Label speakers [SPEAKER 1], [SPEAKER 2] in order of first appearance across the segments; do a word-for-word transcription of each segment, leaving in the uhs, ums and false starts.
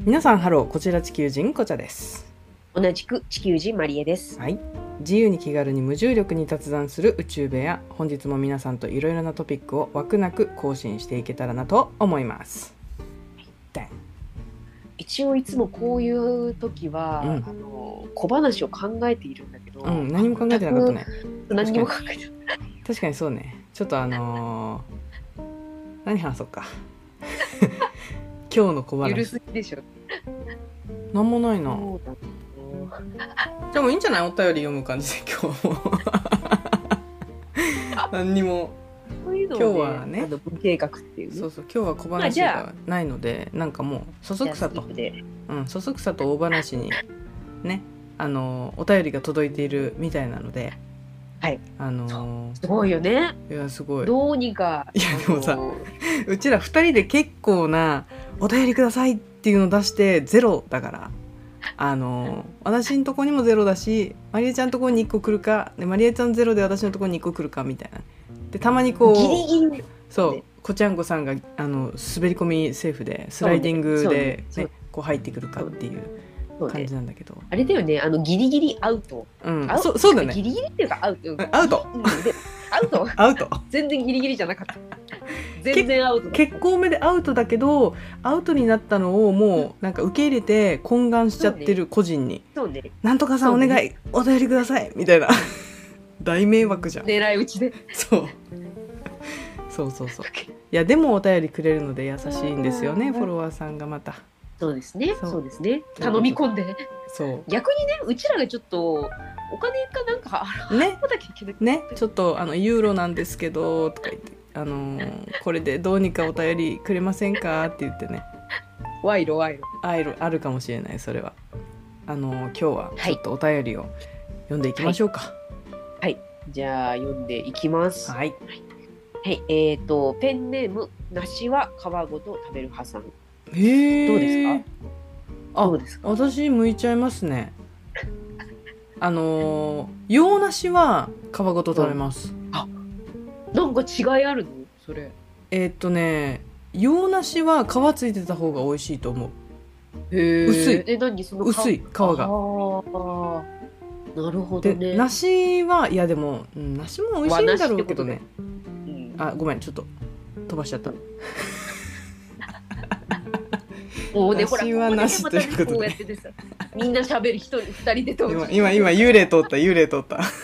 [SPEAKER 1] 皆さんハロー、こちら地球人こちゃです。
[SPEAKER 2] 同じく地球人マリエです。
[SPEAKER 1] はい、自由に気軽に無重力に雑談する宇宙部屋。本日も皆さんといろいろなトピックを枠なく更新していけたらなと思います。
[SPEAKER 2] 一応いつもこういう時は、うん、あの小話を考えているんだけど、
[SPEAKER 1] うん、何も考えてなかったね。
[SPEAKER 2] 何も考えてない。
[SPEAKER 1] 確かにそうね。ちょっとあのー、何話そうか今日の小話
[SPEAKER 2] ゆるすぎでしょ。
[SPEAKER 1] なんもないな。じゃあもういいんじゃない？お便り読む感じで今日も何にも
[SPEAKER 2] そういうのを、ね、今日はね、あの無計画っていう、ね、
[SPEAKER 1] そうそう、今日は小話がないので、なんかもうそそくさと、うん、そそくさと大話にね、あのお便りが届いているみたいなので、
[SPEAKER 2] はい、
[SPEAKER 1] あのー、
[SPEAKER 2] すごいよね。
[SPEAKER 1] いやすごい。
[SPEAKER 2] どうにか。
[SPEAKER 1] いやでもさ、うちらふたりで結構なお便りくださいっていうのを出してゼロだから。あの私のとこにもゼロだし、マリエちゃんのとこにいっこ来るかで、マリエちゃんゼロで私のとこにいっこ来るかみたいなで、たまにこう
[SPEAKER 2] ギリギリ
[SPEAKER 1] そうこちゃんこさんがあの滑り込みセーフでスライディングで、ねね、こう入ってくるかっていう感じなんだけど、
[SPEAKER 2] ね、あれだよね、あのギリギリアウト、
[SPEAKER 1] うん、アウト、そ, そうだね、
[SPEAKER 2] ギリギリっていうかアウト、
[SPEAKER 1] アウト、
[SPEAKER 2] うん、アウト
[SPEAKER 1] アウト
[SPEAKER 2] 全然ギリギリじゃなかった全然アウトだ。
[SPEAKER 1] 結構目でアウトだけど、アウトになったのをもうなんか受け入れて懇願しちゃってる個人に、
[SPEAKER 2] そうね、
[SPEAKER 1] なんとかさんお願い、ね、お便りくださいみたいな大迷惑じゃん。
[SPEAKER 2] 狙い撃ちで
[SPEAKER 1] そうそうそうそう。いやでもお便りくれるので優しいんですよね、フォロワーさんがまた。
[SPEAKER 2] そうですね、そう、そうですね、頼み込んで。
[SPEAKER 1] そう
[SPEAKER 2] 逆にね、うちらがちょっとお金かなんか払わなきゃいけない
[SPEAKER 1] ね、ちょっとあのユーロなんですけどとか言って、あのー、これでどうにかお便りくれませんかって言ってね、
[SPEAKER 2] 賄賂賄
[SPEAKER 1] 賂あるかもしれない。それはあのー、今日はちょっとお便りを読んでいきましょうか。はい、
[SPEAKER 2] はい、じゃあ読んでいきます。
[SPEAKER 1] はい、
[SPEAKER 2] はい、えーとペンネーム梨は皮ごと食べる派さん。
[SPEAKER 1] へー、
[SPEAKER 2] どうですか？
[SPEAKER 1] あ、
[SPEAKER 2] どうですか？
[SPEAKER 1] 私向いちゃいますね。あのー、洋梨は皮ごと食べます、うん、
[SPEAKER 2] あ、なんか違いあるのそれ？
[SPEAKER 1] えー、っとね、洋梨は皮ついてた方が美味しいと思う。
[SPEAKER 2] へー、
[SPEAKER 1] 薄い。
[SPEAKER 2] え、何その
[SPEAKER 1] 薄い皮が。
[SPEAKER 2] あ、なるほどね。
[SPEAKER 1] で梨はいやでも、うん、梨も美味しいんだろうけどね、うん、あ、ごめんちょっと飛ばしちゃった、うん
[SPEAKER 2] もうね、ほら、
[SPEAKER 1] 梨は梨ということで、
[SPEAKER 2] こうやっててさ、みんな喋る一人二人で通
[SPEAKER 1] る。今今幽霊通った幽霊通ったい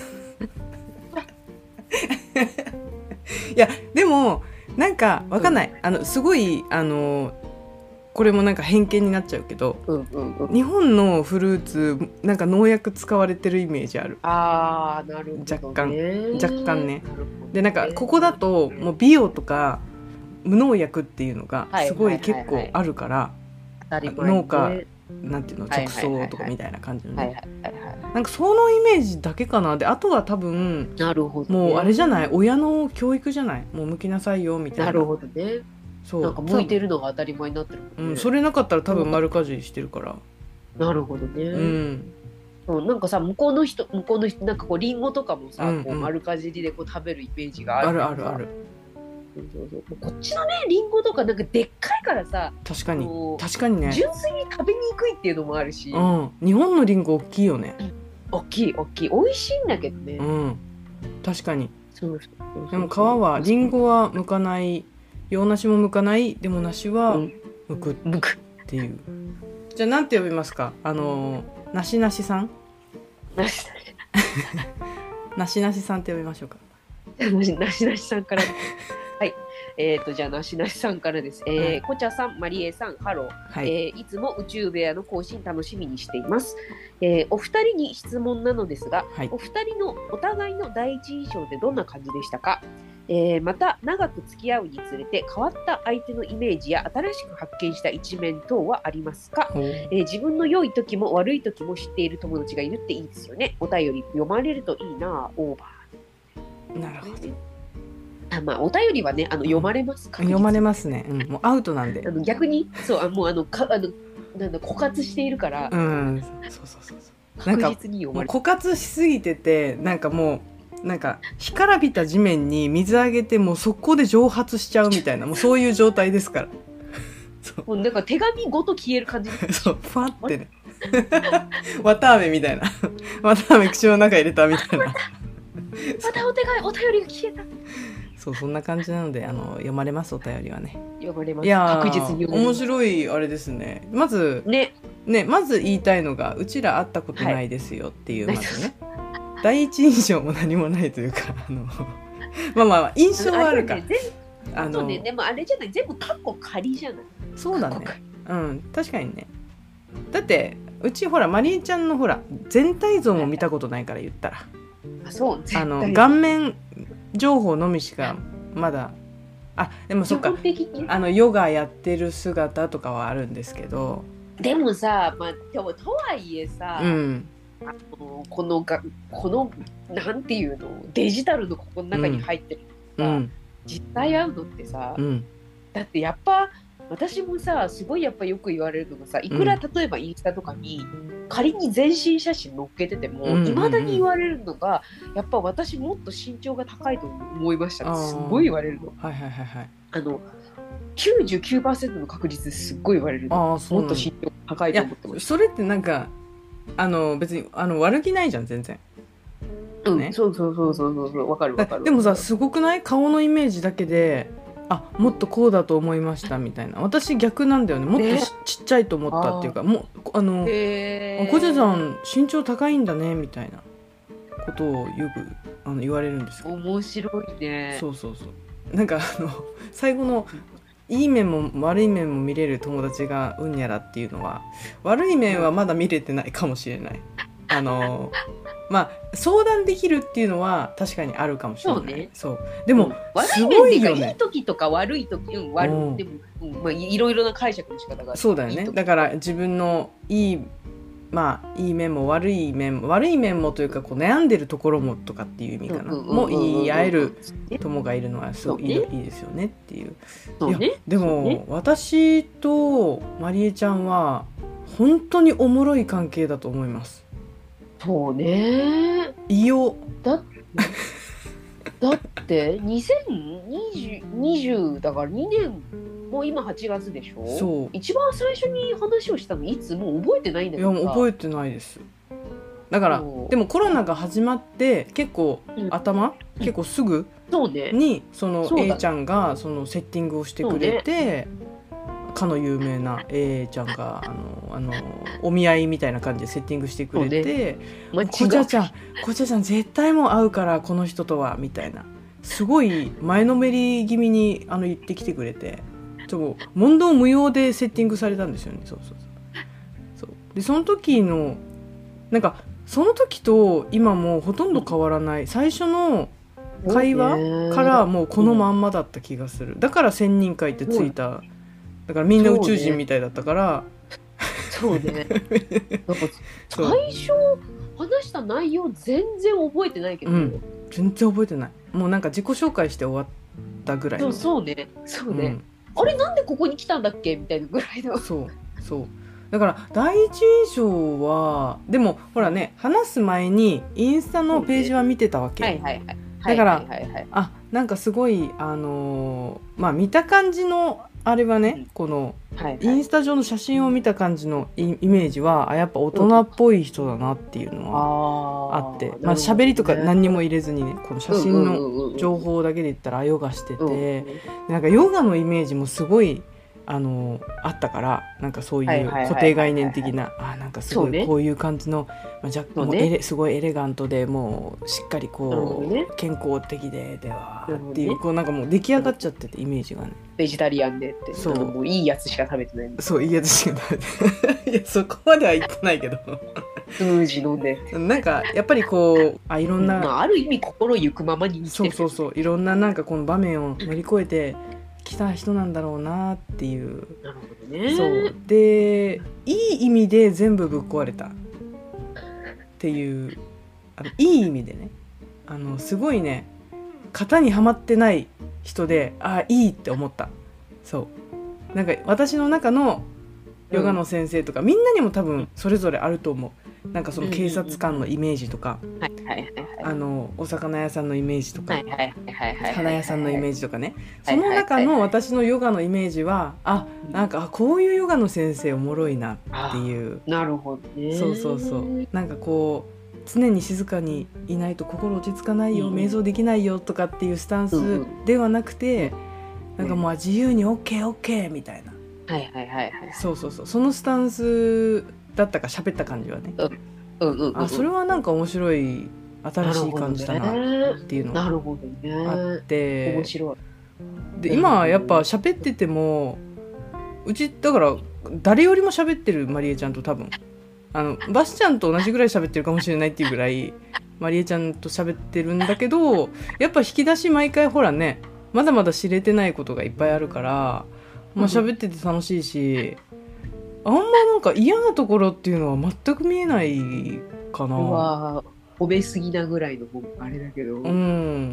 [SPEAKER 1] やでもなんかわかんない、うん、あのすごいあのこれもなんか偏見になっちゃうけど、
[SPEAKER 2] うんうんうん、
[SPEAKER 1] 日本のフルーツなんか農薬使われてるイメージある。
[SPEAKER 2] あー、なるほどね、
[SPEAKER 1] 若干若干ね。でなんかここだともう美容とか無農薬っていうのがすごい結構あるから、農家なんていうの直送とかみたいな感じのね、なんかそのイメージだけかな。であとは多分
[SPEAKER 2] なるほど、ね、
[SPEAKER 1] もうあれじゃない、親の教育じゃない、もう向きなさいよみたいな。
[SPEAKER 2] なるほどね。そう、なんか向いてるのが当たり前になってるもんね、
[SPEAKER 1] うん、それなかったら多分丸かじりしてるから。
[SPEAKER 2] なるほどね、
[SPEAKER 1] うん、
[SPEAKER 2] そう、なんかさ、向こうの人向こうの人なんかこうリンゴとかもさ、うんうん、こう丸かじりでこう食べるイメージがある。
[SPEAKER 1] あるあるある。
[SPEAKER 2] そうそうそう、こっちのねリンゴとかなんかでっかいからさ、
[SPEAKER 1] 確かに確かにね、
[SPEAKER 2] 純粋に食べにくいっていうのもあるし、
[SPEAKER 1] うん、日本のリンゴ大きいよね、
[SPEAKER 2] うん、大きい大きい、美味しいんだけどね、
[SPEAKER 1] うん、確かに。
[SPEAKER 2] そうそうそうそう、
[SPEAKER 1] でも皮はリンゴは剥かない、洋梨も剥かない、でも梨は剥くっていう、うん、じゃあなんて呼びますか？あのなしなしさんなしなしなしさんって呼びましょうか。
[SPEAKER 2] なしなしさんからはい、えーと、じゃあなしなしさんからです。えーはい、こちゃさん、マリエさん、ハロー、はい、えー、いつも宇宙部屋の更新楽しみにしています。えー、お二人に質問なのですが、はい、お二人のお互いの第一印象でどんな感じでしたか？えー、また長く付き合うにつれて変わった相手のイメージや新しく発見した一面等はありますか？えー、自分の良い時も悪い時も知っている友達がいるっていいですよね。お便り読まれるといいな、オーバ
[SPEAKER 1] ー。なるほど。
[SPEAKER 2] あ、まあ、お便りはね、あの読まれますか、
[SPEAKER 1] うん、読まれますね、うん、もうアウトなんで。
[SPEAKER 2] あの逆にそう、あもうあのかあのなんだ枯渇しているから、
[SPEAKER 1] うん、そうそうそうそう、
[SPEAKER 2] 確実に読まれる。
[SPEAKER 1] 枯渇しすぎてて、なんかもうなんか干からびた地面に水あげてもう速攻で蒸発しちゃうみたいな、もうそういう状態ですから
[SPEAKER 2] もうなんか手紙ごと消える感じ。
[SPEAKER 1] そうファってね綿あめみたいな綿あめ口の中入れたみたいな
[SPEAKER 2] またお手紙お便りが消えた。
[SPEAKER 1] そうそんな感じなのであの読まれますお便りはね。
[SPEAKER 2] 読まれます。
[SPEAKER 1] いや
[SPEAKER 2] 確実に
[SPEAKER 1] 面白いあれですね。まず
[SPEAKER 2] ね
[SPEAKER 1] ねまず言いたいのがうちら会ったことないですよっていう、はい、まずね第一印象も何もないというかあのまあまあ印象はあるか。
[SPEAKER 2] あのね、でもあれじゃない全部カッコ仮じゃない。
[SPEAKER 1] そうだね。うん確かにね。だってうちほらマリエちゃんのほら全体像も見たことないから言ったら。
[SPEAKER 2] あそう
[SPEAKER 1] あの顔面情報のみしかまだあでもそっかあのヨガやってる姿とかはあるんですけど
[SPEAKER 2] でもさ、まあ、でもとはいえさ、うん、あのこのがこのなんていうのデジタルのここの中に入ってるさ、うん、実際会うのってさ、うん、だってやっぱ私もさすごいやっぱよく言われるのがさいくら例えばインスタとかに、うん、仮に全身写真載っけててもいま、うんうんうん、だに言われるのがやっぱ私もっと身長が高いと思いましたってすごい言われるの。はいはいはいはい、あの きゅうじゅうきゅうパーセント の確率ですっごい言われるの。あもっと身長高いと思ってました。
[SPEAKER 1] それってなんかあの別にあの悪気ないじゃん全然。
[SPEAKER 2] うん、ね、そうそうそうそうそうわかるわかる。
[SPEAKER 1] でもさすごくない顔のイメージだけであもっとこうだと思いましたみたいな。私逆なんだよね。もっと、ね、ちっちゃいと思ったっていうかもうあの小手さん身長高いんだねみたいなことをよくあの言われるんですけど。
[SPEAKER 2] 面白いね。
[SPEAKER 1] そうそうそうなんかあの最後のいい面も悪い面も見れる友達がうんにゃらっていうのは悪い面はまだ見れてないかもしれない。あのまあ相談できるっていうのは確かにあるかもしれない。そうね。そうでも、うん、すごいよね。
[SPEAKER 2] いい時とか悪い時、うん、悪いでも、うんまあ、いろいろな解釈の仕方がある。
[SPEAKER 1] そうだよね。いいだから自分のいいまあいい面も悪い面も悪い面もというかこう悩んでるところもとかっていう意味かな、うんうんうんうん、も言い合える友がいるのはすごいいい、ね、いいですよねっていう。そうね、いやでも、ね、私とマリエちゃんは本当におもろい関係だと思います。
[SPEAKER 2] そうね。
[SPEAKER 1] いよ
[SPEAKER 2] だだってにせんにじゅうだからにねんもう今はちがつでしょ。そう一番最初に話をしたのいつもう覚えてないんだけどさ。
[SPEAKER 1] いやもう覚えてないです。だからでもコロナが始まって結構頭、うん、結構すぐにその A ちゃんがそのセッティングをしてくれて、かの有名な A ちゃんがあのあのお見合いみたいな感じでセッティングしてくれて、ね、こちゃちゃんこちゃちゃん絶対もう会うからこの人とはみたいなすごい前のめり気味にあの言ってきてくれてちょっと問答無用でセッティングされたんですよね。そうそうそうそうでその時のなんかその時と今もほとんど変わらない最初の会話からもうこのまんまだった気がする。だから千人会ってついた。だからみんな宇宙人みたいだったから
[SPEAKER 2] そうねなんか最初話した内容全然覚えてないけど、うん、
[SPEAKER 1] 全然覚えてない。もうなんか自己紹介して終わったぐらいの。
[SPEAKER 2] そうねそうね、うん、あれなんでここに来たんだっけみたいなぐらいの。
[SPEAKER 1] そうそうだから第一印象はでもほらね話す前にインスタのページは見てたわけ、はいはいはい、だから、はいはいはいはい、あなんかすごいあのー、まあ見た感じのあれはね、うん、この、はいはい、インスタ上の写真を見た感じのイメージはあやっぱ大人っぽい人だなっていうのはあって、うん、まあ喋りとか何にも入れずにねこの写真の情報だけで言ったらヨガしてて、うん、なんかヨガのイメージもすごいあのあったからなんかそういう固定概念的なあなんかすごいこういう感じの、まあ、じゃもうエレすごいエレガントでもうしっかりこう、ね、健康的でではっていう、ね、こうなんかもう出来上がっちゃっててイメージがね
[SPEAKER 2] ベジタリアンでってそうもういいやつしか食べてない
[SPEAKER 1] そういいやつしか食べてないいやそこまでは言ってないけど
[SPEAKER 2] スムージー飲んで
[SPEAKER 1] なんかやっぱりこうあいろんな、
[SPEAKER 2] まあ、ある意味心ゆくままに生きてる
[SPEAKER 1] そうそうそういろんななんかこの場面を乗り越えて来た人なんだろうなっていう。
[SPEAKER 2] なるほどね。
[SPEAKER 1] そうでいい意味で全部ぶっ壊れたっていうあのいい意味でねあのすごいね型にはまってない人であいいって思った。そうなんか私の中のヨガの先生とか、うん、みんなにも多分それぞれあると思う。なんかその警察官のイメージとか、うんうんうん、 あのお魚屋さんのイメージとか、花屋さんのイメージとかね、その中の私のヨガのイメージは、あ、なんかこういうヨガの先生おもろいなっていう。
[SPEAKER 2] なるほどね。
[SPEAKER 1] そうそうそう。なんかこう常に静かにいないと心落ち着かないよ、うん、瞑想できないよとかっていうスタンスではなくて、うん、なんかもう自由に オーケーオーケー みたいな、
[SPEAKER 2] はいはいはいはい、
[SPEAKER 1] そうそうそう、そのスタンスだったか喋った感じはね、うんうんうんうん、あ、それはなんか面白い新しい感じだなっていうのがあって、
[SPEAKER 2] 面白
[SPEAKER 1] い。で今やっぱ喋っててもうちだから誰よりも喋ってる、まりえちゃんと多分あのバスちゃんと同じぐらい喋ってるかもしれないっていうぐらいまりえちゃんと喋ってるんだけど、やっぱ引き出し毎回ほらね、まだまだ知れてないことがいっぱいあるから、まあ、喋ってて楽しいし、あんまなんか嫌なところっていうのは全く見えないかな。
[SPEAKER 2] うわ、褒めすぎなぐらいのあれだけど、
[SPEAKER 1] うん、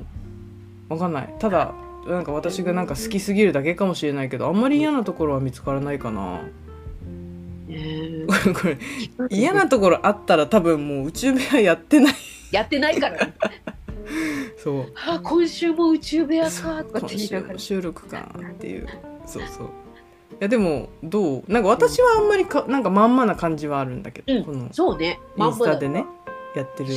[SPEAKER 1] わかんない。ただなんか私がなんか好きすぎるだけかもしれないけど、あんまり嫌なところは見つからないかな。えー、これ嫌なところあったら多分もう宇宙部屋やってない
[SPEAKER 2] やってないから、ね、
[SPEAKER 1] そう、
[SPEAKER 2] あ、今週も宇宙部屋かとかって言いながら、
[SPEAKER 1] 今週も収録かっていう、そうそう。いやでもどう、なんか私はあんまりかなんかまんまな感じはあるんだけど、うん、この
[SPEAKER 2] そうね、
[SPEAKER 1] インスタでねやってる。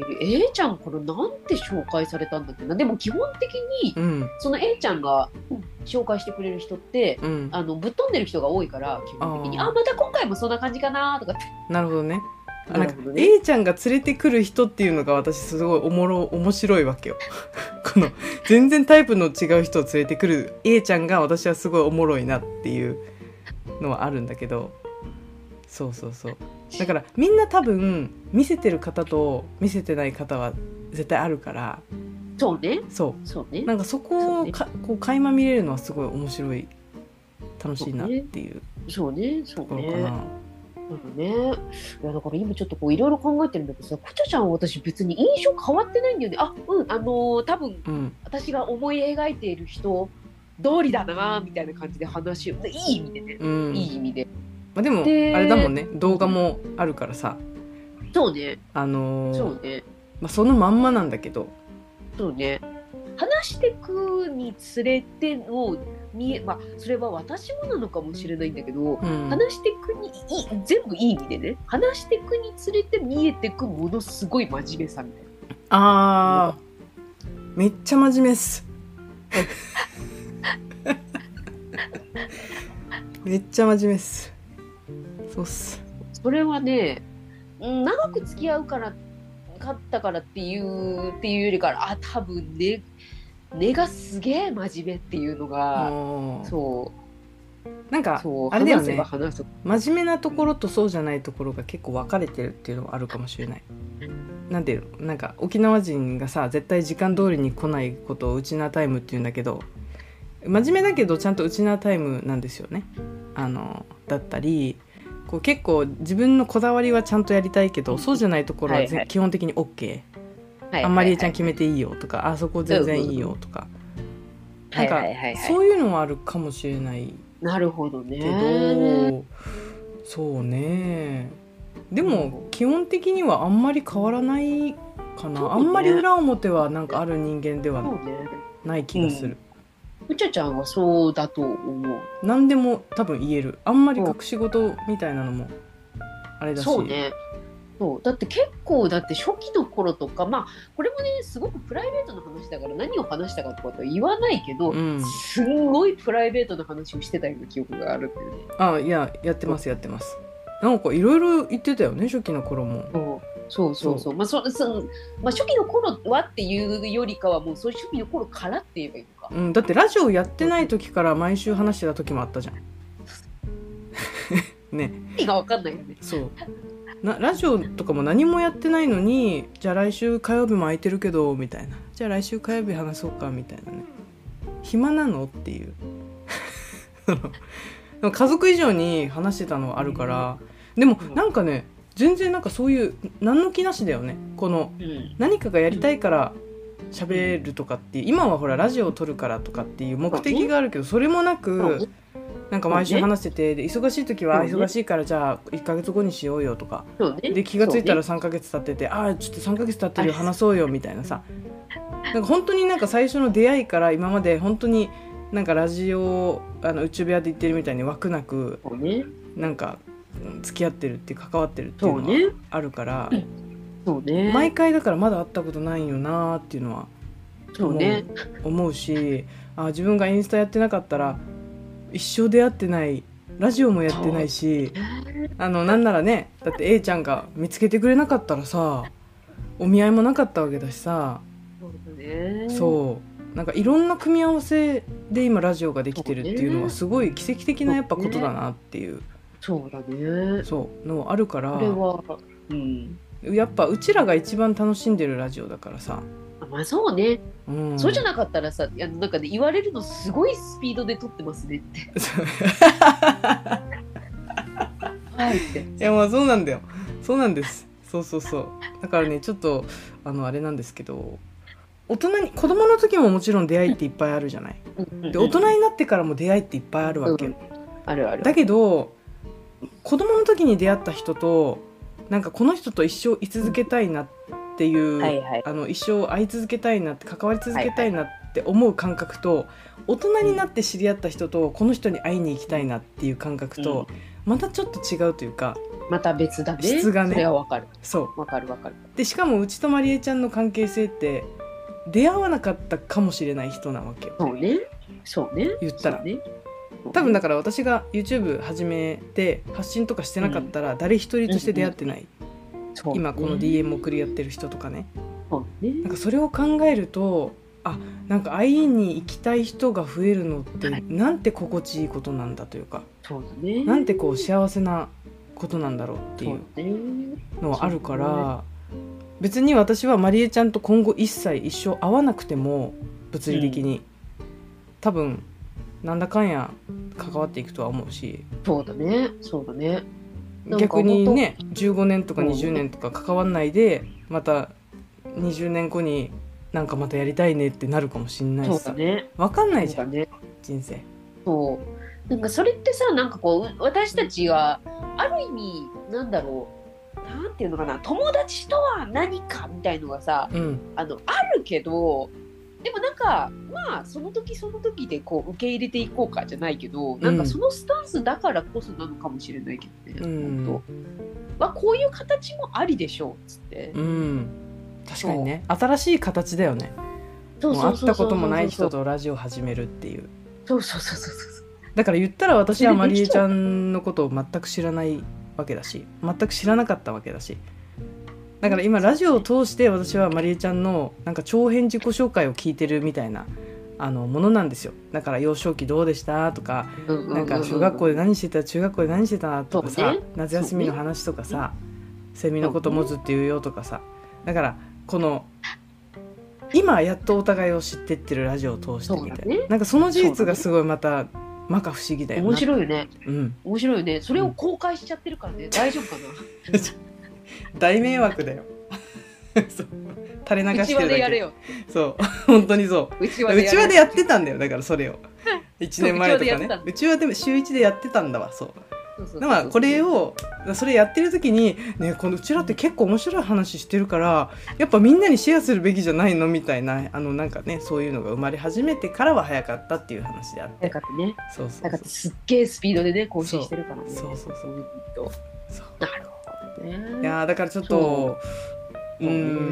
[SPEAKER 2] A ちゃんこれなんて紹介されたんだっけな。でも基本的に、うん、その A ちゃんが紹介してくれる人って、うん、あのぶっ飛んでる人が多いから、基本的に あ, あまた今回もそんな感じかなとかって。
[SPEAKER 1] なるほどね。あ、なんか A ちゃんが連れてくる人っていうのが私すごいおもろ面白いわけよこの全然タイプの違う人を連れてくる A ちゃんが私はすごいおもろいなっていうのはあるんだけど、そうそうそう、だからみんな多分見せてる方と見せてない方は絶対あるから、
[SPEAKER 2] そうね、
[SPEAKER 1] そう
[SPEAKER 2] そうね、
[SPEAKER 1] なんかそこをかこう垣間見れるのはすごい面白い、楽しいなっていう
[SPEAKER 2] ところかな。そうね、そうね、そうね、
[SPEAKER 1] うん
[SPEAKER 2] ね、いやだから今ちょっとこういろいろ考えてるんだけどさ、こちゃちゃんは私別に印象変わってないんだよね。あ、うん、あのー、多分、うん、私が思い描いている人通りだなみたいな感じで話を、いい意味でね、うん、いい意味で、
[SPEAKER 1] まあ、でもあれだもんね、動画もあるからさ、
[SPEAKER 2] そうね、
[SPEAKER 1] あのー、
[SPEAKER 2] そうね、
[SPEAKER 1] まあ、そのまんまなんだけど、
[SPEAKER 2] そうね、話してくにつれての見え、まあ、それは私もなのかもしれないんだけど、うん、話してくにい全部いい意味でね、話してくにつれて見えてくものすごい真面目さみたいな。
[SPEAKER 1] あー、めっちゃ真面目っすめっちゃ真面目っす。そうっす。
[SPEAKER 2] それはね、長く付き合うからかったからっていうっていうよりから、あ、多分ね、根がすげえ真面目っていうのが、そう
[SPEAKER 1] なんかあれだよね、真面目なところとそうじゃないところが結構分かれてるっていうのはあるかもしれない。なんていうの、なんか沖縄人がさ、絶対時間通りに来ないことをウチナータイムっていうんだけど、真面目だけどちゃんとウチナータイムなんですよね。あのだったり、こう結構自分のこだわりはちゃんとやりたいけど、そうじゃないところは基本的に OK、あんまりちゃん決めていいよとか、あそこ全然いいよとか、なんかそういうのはあるかもしれない
[SPEAKER 2] なるほどね
[SPEAKER 1] けど、そうね、でも基本的にはあんまり変わらないかな、ね、あんまり裏表はなんかある人間ではない気がする。
[SPEAKER 2] うちゃちゃんはそうだと思う。
[SPEAKER 1] 何でも多分言える。あんまり隠し事みたいなのもあれだし。
[SPEAKER 2] そうね。そうだって結構だって初期の頃とか、まあこれもねすごくプライベートの話だから何を話したかとかとは言わないけど、うん、すんごいプライベートの話をしてたような記憶があるっていうね。
[SPEAKER 1] あ、いややってますやってます。なんかいろいろ言ってたよね、初期の頃も。
[SPEAKER 2] そうそうそうそう、まあそそまあ、初期の頃はっていうよりかはもうそういう初期の頃からって言えばいいのか、
[SPEAKER 1] うん、だってラジオやってない時から毎週話してた時もあったじゃんね、
[SPEAKER 2] 意味が分かんないよね。
[SPEAKER 1] そうな、ラジオとかも何もやってないのに、じゃあ来週火曜日も空いてるけどみたいな、じゃあ来週火曜日話そうかみたいなね、暇なのっていうでも家族以上に話してたのはあるから、でもなんかね全然なんかそういう何の気なしだよね。この何かがやりたいから喋るとかっていう、今はほらラジオを撮るからとかっていう目的があるけど、それもなくなんか毎週話してて、で忙しい時は忙しいからじゃあいっかげつごにしようよとか、ね、で気がついたらさんかげつ経ってて、ね、ああちょっとさんかげつ経ってるよ話そうよみたいなさ、なんか本当になんか最初の出会いから今まで本当になんかラジオあの宇宙部屋で言ってるみたいに枠なく、ね、なんか付き合ってるっていう関わってるっていうのがあるから、
[SPEAKER 2] そうね、
[SPEAKER 1] 毎回だからまだ会ったことないよなっていうのは思 う,、ね、思うし、あ自分がインスタやってなかったら一生出会ってない、ラジオもやってないし、あのなんならねだって A ちゃんが見つけてくれなかったらさお見合いもなかったわけだしさ、
[SPEAKER 2] そうね、
[SPEAKER 1] そうなんかいろんな組み合わせで今ラジオができてるっていうのはすごい奇跡的なやっぱことだなっていう、
[SPEAKER 2] そうだね、
[SPEAKER 1] そうのあるから、
[SPEAKER 2] これは、うん、
[SPEAKER 1] やっぱうちらが一番楽しんでるラジオだからさ、
[SPEAKER 2] まあそうね、うん、そうじゃなかったらさ、いやなんかね言われるのすごいスピードで撮ってますねってはいってい
[SPEAKER 1] やまあそうなんだよ、そうなんです、そうそうそう、だからねちょっとあのあれなんですけど、大人に子供の時ももちろん出会いっていっぱいあるじゃない、うん、で大人になってからも出会いっていっぱいあるわけよ、うん、
[SPEAKER 2] あるある。
[SPEAKER 1] だけど子供の時に出会った人となんかこの人と一生居続けたいなっていう、はいはい、あの一生会い続けたいなって関わり続けたいなって思う感覚と、はいはい、大人になって知り合った人とこの人に会いに行きたいなっていう感覚と、うん、またちょっと違うというか、
[SPEAKER 2] また別だね、
[SPEAKER 1] 質がね、
[SPEAKER 2] それはわかる、
[SPEAKER 1] そう
[SPEAKER 2] わかるわかる。
[SPEAKER 1] でしかもうちとまりえちゃんの関係性って出会わなかったかもしれない人なわけよ。
[SPEAKER 2] そうね、そうね、
[SPEAKER 1] 言ったら、
[SPEAKER 2] ね、
[SPEAKER 1] 多分だから私が YouTube 始めて発信とかしてなかったら誰一人として出会ってない、うんうん、今この ディーエム 送り合ってる人とかね、そうね、なんかそれを考えると、あなんか会いに行きたい人が増えるのってなんて心地いいことなんだというか、
[SPEAKER 2] そうだね、
[SPEAKER 1] なんてこう幸せなことなんだろうっていうのはあるから、別に私はまりえちゃんと今後一切一生会わなくても物理的に、うん、多分なんだかんや関わっていくとは思うし、
[SPEAKER 2] そうだねそうだね、
[SPEAKER 1] 逆にねじゅうごねんとかにじゅうねんとか関わんないでまたにじゅうねんごになんかまたやりたいねってなるかもしんないしさ、
[SPEAKER 2] そうだね、
[SPEAKER 1] 分かんないじゃん、
[SPEAKER 2] ね、
[SPEAKER 1] 人生。
[SPEAKER 2] そうなんかそれってさ、なんかこう私たちがある意味なんだろう、なんていうのかな、友達とは何かみたいのがさ、うん、あのあるけど、でもなんかまあその時その時でこう受け入れていこうかじゃないけど、うん、なんかそのスタンスだからこそなのかもしれないけどね、うん、本当はこういう形もありでしょうっつって、うん、
[SPEAKER 1] 確かにね、新しい形だよね。もう会ったこともない人とラジオ始めるっていう。
[SPEAKER 2] そうそうそうそうそう。
[SPEAKER 1] だから言ったら私はまりえちゃんのことを全く知らないわけだし、全く知らなかったわけだし、だから今ラジオを通して私はまりえちゃんのなんか長編自己紹介を聞いてるみたいなあのものなんですよ。だから幼少期どうでしたとか、なんか小学校で何してた、中学校で何してたとかさ、夏休みの話とかさ、セミのこともずって言うよとかさ、だからこの今やっとお互いを知ってってるラジオを通してみたいな、ね、なんかその事実がすごいまた摩訶不思議だよな。
[SPEAKER 2] 面白いよね、
[SPEAKER 1] うん、
[SPEAKER 2] 面白いよね。それを公開しちゃってるからね、うん、大丈夫かな
[SPEAKER 1] 大迷惑だよそう垂れ流してるだけ。うちわでやれよ。そう本当にそう、うちわでやってたんだよ。だからそれをいちねんまえとかね、うちわでも週いちでやってたんだわ。そうだからこれをそれやってる時にね、このうちらって結構面白い話してるからやっぱみんなにシェアするべきじゃないのみたいな、あのなんかね、そういうのが生まれ始めてからは早かったっていう話であって、
[SPEAKER 2] 早かったね。
[SPEAKER 1] そうそうそう、
[SPEAKER 2] なんかすっげえスピードでね更新してるからね。
[SPEAKER 1] そうそうそうそう、
[SPEAKER 2] なるほどね。
[SPEAKER 1] いやだからちょっとう、うん、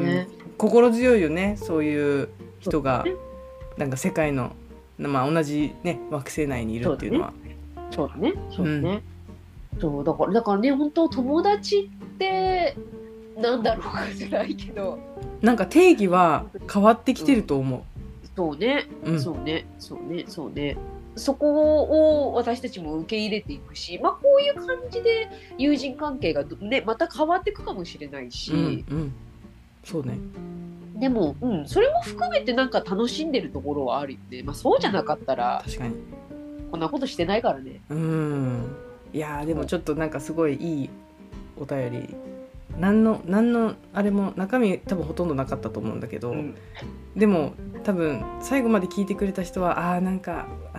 [SPEAKER 1] ね、心強いよね、そういう人がなんか世界の、まあ、同じ、ね、惑星内にいるっていうのは。
[SPEAKER 2] そうだね、そうだね、そうだね、うん、そうだからだからね、本当友達ってなんだろうかじゃないけど、
[SPEAKER 1] なんか定義は変わってきてると思う、うん、
[SPEAKER 2] そうね、うん、そうねそうねそうね、そこを私たちも受け入れていくし、まあ、こういう感じで友人関係が、ね、また変わっていくかもしれないし、うんうん、そうね、でも、うん、それも含めてなんか楽しんでるところはあるよね。まあ、そうじゃなかったら
[SPEAKER 1] 確かに
[SPEAKER 2] こんなことしてないからね。
[SPEAKER 1] うん、いやでもちょっとなんかすごいいいお便り、何の何のあれも中身多分ほとんどなかったと思うんだけど、うん、でも多分最後まで聞いてくれた人は、あーなんかあ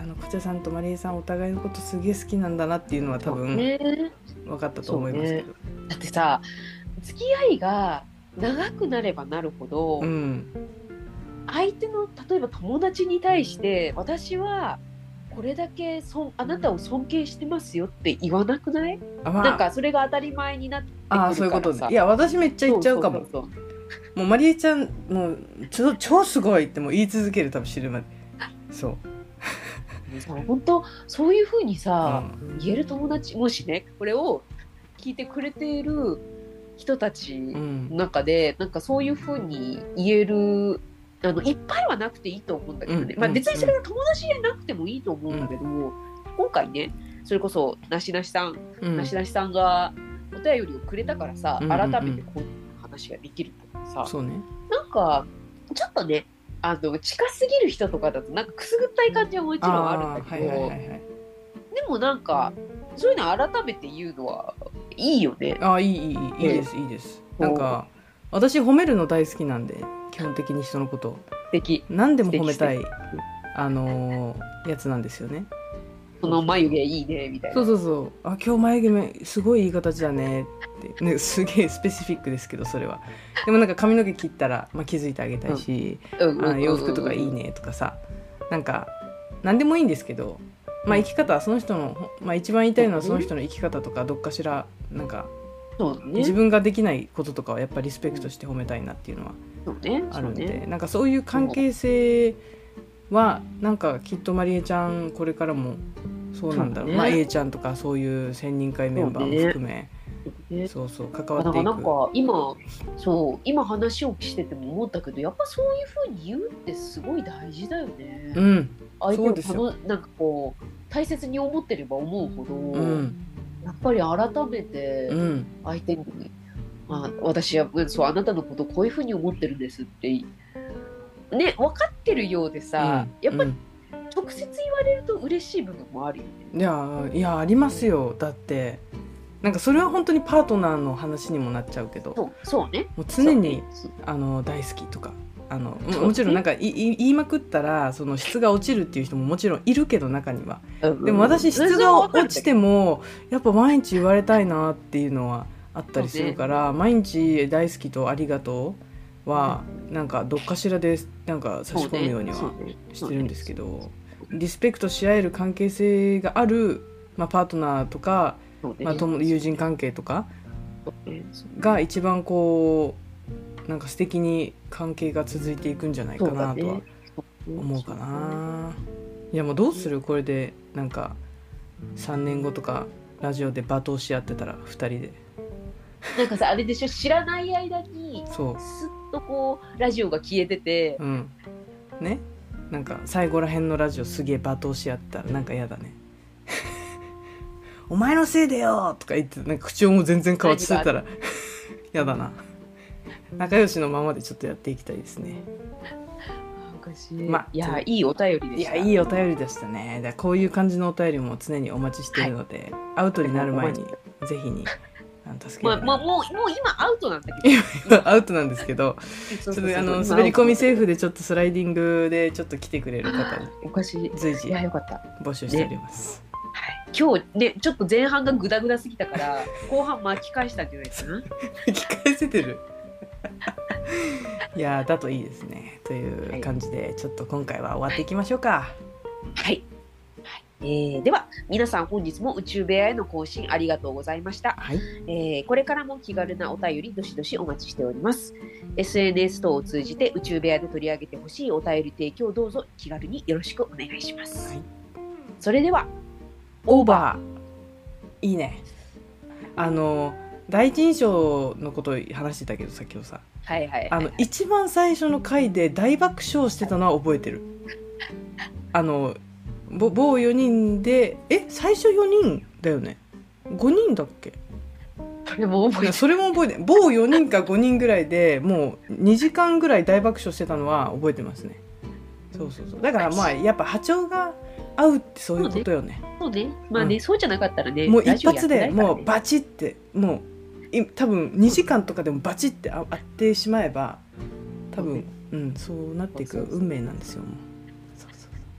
[SPEAKER 1] あのこちゃさんとまりえさんお互いのことすげえ好きなんだなっていうのは多分分かったと思いますけど、ね、
[SPEAKER 2] だってさ付き合いが長くなればなるほど、うん、相手の例えば友達に対して私はこれだけそあなたを尊敬してますよって言わなくない？まあ、なんかそれが当たり前になってくるからさ。あ、そういうことで。
[SPEAKER 1] いや私めっちゃ言っちゃうかも。そうそうそうそうもうまりえちゃんもうちょ超すごいってもう言い続ける多分知るまで。そう。
[SPEAKER 2] 本当そういう風にさ、うん、言える友達もしねこれを聞いてくれている人たちの中で、うん、なんかそういう風に言えるあのいっぱいはなくていいと思うんだけどね、うんまあ、別にそれが友達じゃなくてもいいと思うんだけど、うん、今回ねそれこそなしなしさん、うん、なしなしさんがお便りをくれたからさ、うんうんうん、改めてこういう話ができるとかさ、
[SPEAKER 1] そうね、
[SPEAKER 2] なんかちょっとねあの近すぎる人とかだとなんかくすぐったい感じはもちろんあるんだけど、はいはいはいはい、でもなんかそういうの改めて言うのはいいよね。
[SPEAKER 1] あいいいいいいですいいです。なんか私褒めるの大好きなんで基本的に人のこと
[SPEAKER 2] 素敵
[SPEAKER 1] 何でも褒めたいあのー、やつなんですよね。
[SPEAKER 2] その眉毛いいねみたいな。
[SPEAKER 1] そうそうそう。あ今日眉毛すごいいい形だねって、ね、すげえスペシフィックですけどそれは。でもなんか髪の毛切ったら、まあ、気づいてあげたいし、うん、あ洋服とかいいねとかさなんか何でもいいんですけど、まあ、生き方はその人の、まあ、一番言いたいのはその人の生き方とかどっかしらなんかそうね、自分ができないこととかはやっぱりリスペクトして褒めたいなっていうのはあるんで、ねね、なんかそういう関係性はなんかきっとまりえちゃんこれからもそうなんだろう、そうね、まあ A ちゃんとかそういう専任会メンバーも含めそう、ね、そうそう関わっていく。だから
[SPEAKER 2] なんか今そう今話をしてても思ったけどやっぱそういう風に言うってすごい大事だよね。
[SPEAKER 1] うん、
[SPEAKER 2] 相手をたのなんかこう大切に思ってれば思うほど、うんやっぱり改めて相手に、うんまあ、私はそうあなたのことこういうふうに思ってるんですってね分かってるようでさ、うん、やっぱり直接言われると嬉しい部分もあるよね。
[SPEAKER 1] いやいやありますよ。だってなんかそれは本当にパートナーの話にもなっちゃうけど
[SPEAKER 2] そうそうね
[SPEAKER 1] もう常にあの大好きとかあの も, もちろんなんか言いまくったらその質が落ちるっていう人ももちろんいるけど中には、うんうん、でも私質が落ちてもやっぱ毎日言われたいなっていうのはあったりするから、ね、毎日大好きとありがとうはなんかどっかしらでなんか差し込むようにはしてるんですけど、リスペクトし合える関係性がある、まあ、パートナーとか、まあ、友人関係とかが一番こうなんか素敵に関係が続いていくんじゃないかなとは思うかな。いやもうどうするこれでなんかさんねんごとかラジオで罵倒し合ってたらふたりで
[SPEAKER 2] なんかさあれでしょ知らない間に
[SPEAKER 1] そう
[SPEAKER 2] スッとこうラジオが消えてて、
[SPEAKER 1] うん、ねなんか最後らへんのラジオすげえ罵倒し合ったらなんか嫌だねお前のせいでよとか言ってなんか口調も全然変わってたら嫌だな。仲良しのままでちょっとやっていきたいですね。
[SPEAKER 2] まあ、いやいいお便りでした。
[SPEAKER 1] いやいいお便りでしたね。だこういう感じのお便りも常にお待ちしているので、はい、アウトになる前にぜひに助けて、
[SPEAKER 2] まあまあ、もうもう今アウトなんだけど
[SPEAKER 1] 今アウトなんですけどちょっとあの滑り込みセーフでちょっとスライディングでちょっと来てくれる方に
[SPEAKER 2] おかしい
[SPEAKER 1] 随時募集しております、ね
[SPEAKER 2] 今日ねちょっと前半がグダグダすぎたから後半巻き返したんじゃないですか
[SPEAKER 1] 巻き返せてるいやだといいですねという感じで、はい、ちょっと今回は終わっていきましょうか。
[SPEAKER 2] はい、はいえー、では皆さん本日も宇宙部屋への更新ありがとうございました、
[SPEAKER 1] はい
[SPEAKER 2] えー、これからも気軽なお便りどしどしお待ちしております。 エスエヌエス 等を通じて宇宙部屋で取り上げてほしいお便り提供どうぞ気軽によろしくお願いします、はい、それでは
[SPEAKER 1] オーバーいいね。あの第一印象のことを話してたけどさ今日さ、
[SPEAKER 2] はいはいはいはい、
[SPEAKER 1] あの一番最初の回で大爆笑してたのは覚えてる。あの某よにんでえ最初よにんだよねごにんだっけ。
[SPEAKER 2] それも覚えて
[SPEAKER 1] それも覚えて某よにんかごにんぐらいでもうにじかんぐらい大爆笑してたのは覚えてますね。そうそうそうだからまあやっぱ波長が合うってそういうことよね。
[SPEAKER 2] そうねまあね、うん、そうじゃなかったらね
[SPEAKER 1] もう一発でもうバチってもう多分にじかんとかでもバチって合ってしまえば多分、うん、そうなっていく運命なんですよ。もうそうそうそう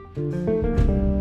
[SPEAKER 2] す。